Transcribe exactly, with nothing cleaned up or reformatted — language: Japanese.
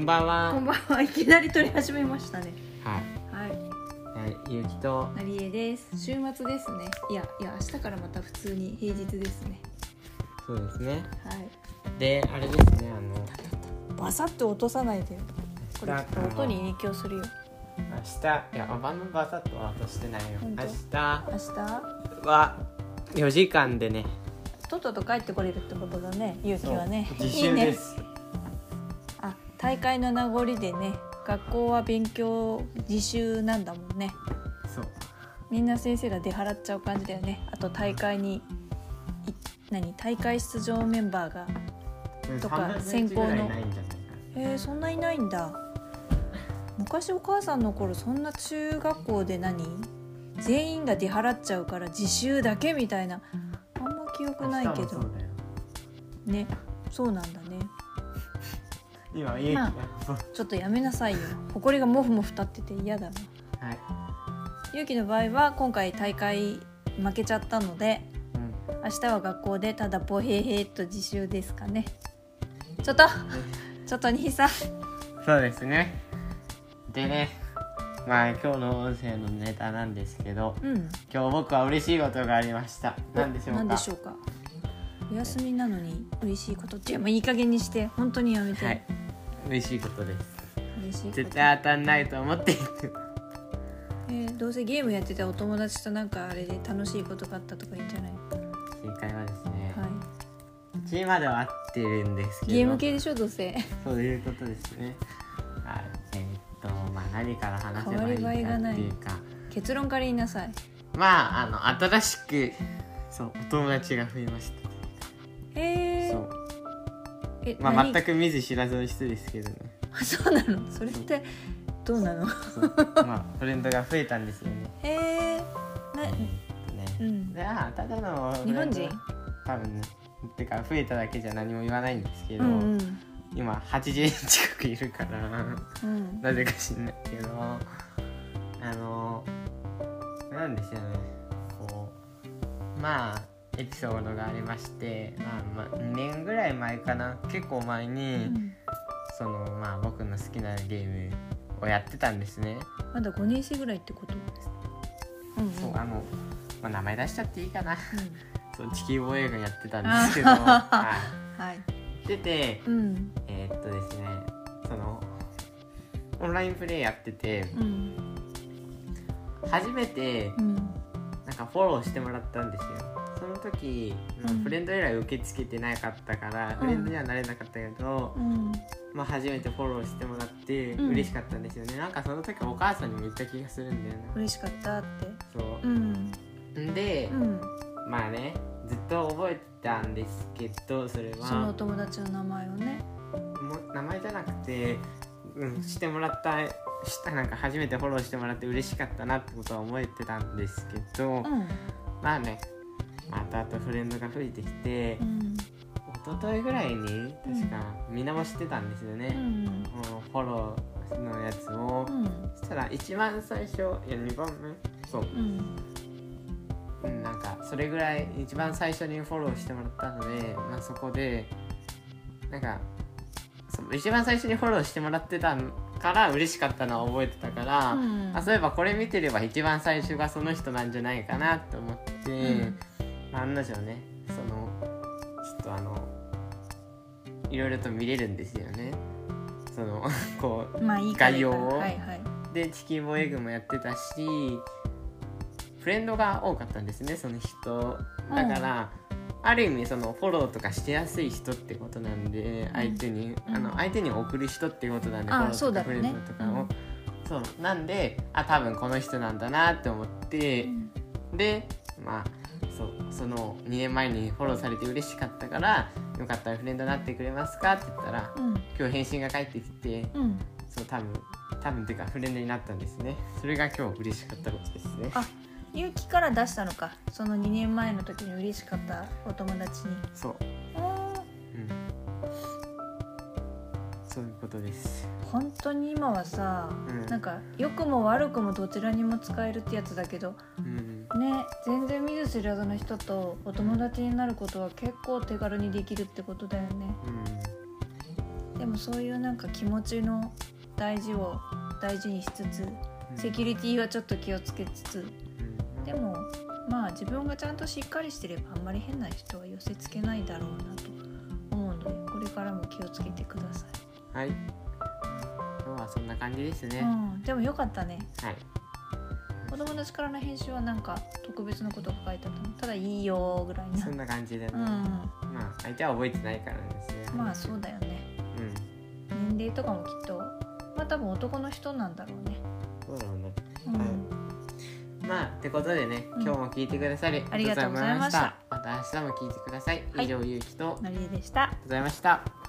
んばんは。 こんばんは。いきなり撮り始めましたね。 はい。 はい。 はい、ゆうきとなりえです。週末ですね。いやいや明日からまた普通に平日ですね。 そうですね。 はい。 で、あれですね、あのバサッと落とさないでよ。これちょっと音に影響するよ。 明日、いや、バンのバサッとは落としてないよ。明日明日はよじかんでね。 とっとと帰ってこれるってことだね。ゆうきはね。 自習です。 いいね。あ、大会の名残でね。学校は勉強自習なんだもんね。 そう。 みんな先生が出払っちゃう感じだよね。あと大会に何大会出場メンバーがとか選考のえー、そんないないんだ。昔お母さんの頃そんな中学校で何全員が出払っちゃうから自習だけみたいなあんま記憶ないけどそうだよね。そうなんだね。 今ゆうき、まあ、ちょっとやめなさいよ。埃がモフモフ立ってて嫌だな。 はい。 ゆうきの場合は今回大会負けちゃったので、うん、明日は学校でただボヘヘっと自習ですかね。ちょっとちょっと兄さん。 そうですね。でね、まあ今日の音声のネタなんですけど、うん、今日僕は嬉しいことがありました。何でしょうか。 何でしょうか。お休みなのに嬉しいことってもういい加減にして本当にやめて。はい、 嬉しいことです。 嬉しいこと。 絶対当たんないと思っている。 えー、どうせゲームやってたお友達となんかあれで楽しいことがあったとかいいんじゃない？ 正解はですね。 はい。 うちまでは合ってるんですけど。 ゲーム系でしょどうせ。 そういうことですね。はい。えー、っとまあ何から話せばいいかっていうか。 結論から言いなさい。 まああの新しくそうお友達が増えました。 へえ。 そう。えまあ全く見ず知らずの人ですけどね。 そうなの？それってどうなの？ そうまあフレンドが増えたんですよね。 へえ。ね。 うん。であただの日本人？ 多分ね。てか増えただけじゃ何も言わないんですけど、 うんうん、 今はちじゅうにん近くいるから、うん、なぜか知んないけどあのなんですよねこうまあエピソードがありまして、まあ、まあにねんぐらい前かな結構前に、うん、そのまあ僕の好きなゲームをやってたんですね。 まだごねん生ぐらいってことです、 うんうん、そうあの、まあ、名前出しちゃっていいかな、うんそう地球防衛軍やってたんですけどはい、はい、でて、うん、えー、っとですねそのオンラインプレイやってて、うん、初めて、うん、なんかフォローしてもらったんですよ。その時、うん、フレンドエラー受け付けてなかったから、うん、フレンドにはなれなかったけど、うんまあ、初めてフォローしてもらって嬉しかったんですよね、うん、なんかその時お母さんにも言った気がするんだよね。 嬉しかったってそう、うん、で、うんまあねずっと覚えてたんですけどそれはそのお友達の名前をねも名前じゃなくて、うん、してもらったしたなんか初めてフォローしてもらって嬉しかったなってことは覚えてたんですけど、うん、まあねまたあとフレンドが増えてきて、うん、一昨日ぐらいに確かみんなも知ってたんですよね、うん、もうフォローのやつを、うん、そしたら一番最初いやにばんめそう、うんうん、なんかそれぐらい一番最初にフォローしてもらったので、まあ、そこでなんかそ一番最初にフォローしてもらってたから嬉しかったのは覚えてたから、うんあ、そういえばこれ見てれば一番最初がその人なんじゃないかなと思って、うんまあ、案の定ねそのちょっとあのいろいろと見れるんですよねそのこう、まあ、いい概要を、はいはい、で地球防衛軍もやってたしフレンドが多かったんですねその人だから、うん、ある意味そのフォローとかしてやすい人ってことなんで相手に、うん、あの相手に送る人ってことなんで、うん、フォローとかフレンドとかを、ねうん、そうなんであ多分この人なんだなって思って、うん、でまあそうそのにねんまえにフォローされて嬉しかったからよかったらフレンドになってくれますかって言ったら、うん、今日返信が返ってきて、うん、そう多分多分っていうかフレンドになったんですね。それが今日嬉しかったことですね。 あゆうきから出したのかそのにねんまえの時に嬉しかったお友達に。 そう、うん、そういうことです。 本当に今はさ、うん、なんか良くも悪くもどちらにも使えるってやつだけど、うん、ね全然見ず知らずの人とお友達になることは結構手軽にできるってことだよね、うん、ででもそういうなんか気持ちの大事を大事にしつつ、セキュリティはちょっと気をつけつつ、うん、でもまあ自分がちゃんとしっかりしてればあんまり変な人は寄せつけないだろうなと思うので、これからも気をつけてください。 はい、今日はそんな感じですね、 うん、でもよかったね。 はい、 お友達からの返信はなんか特別なことが書いてあったの？ただいいよぐらいな。 そんな感じでね、うん、 まあ相手は覚えてないからですね。 まあそうだよね、うん、年齢とかもきっとまあ多分男の人なんだろうね。 そうだろうね、 うん、 はい、まあってことでね、今日も聞いてくださり、 うん、ありがとうございました。 また明日も聞いてください。以上、ゆうきとのりえでした。ありがとうございました。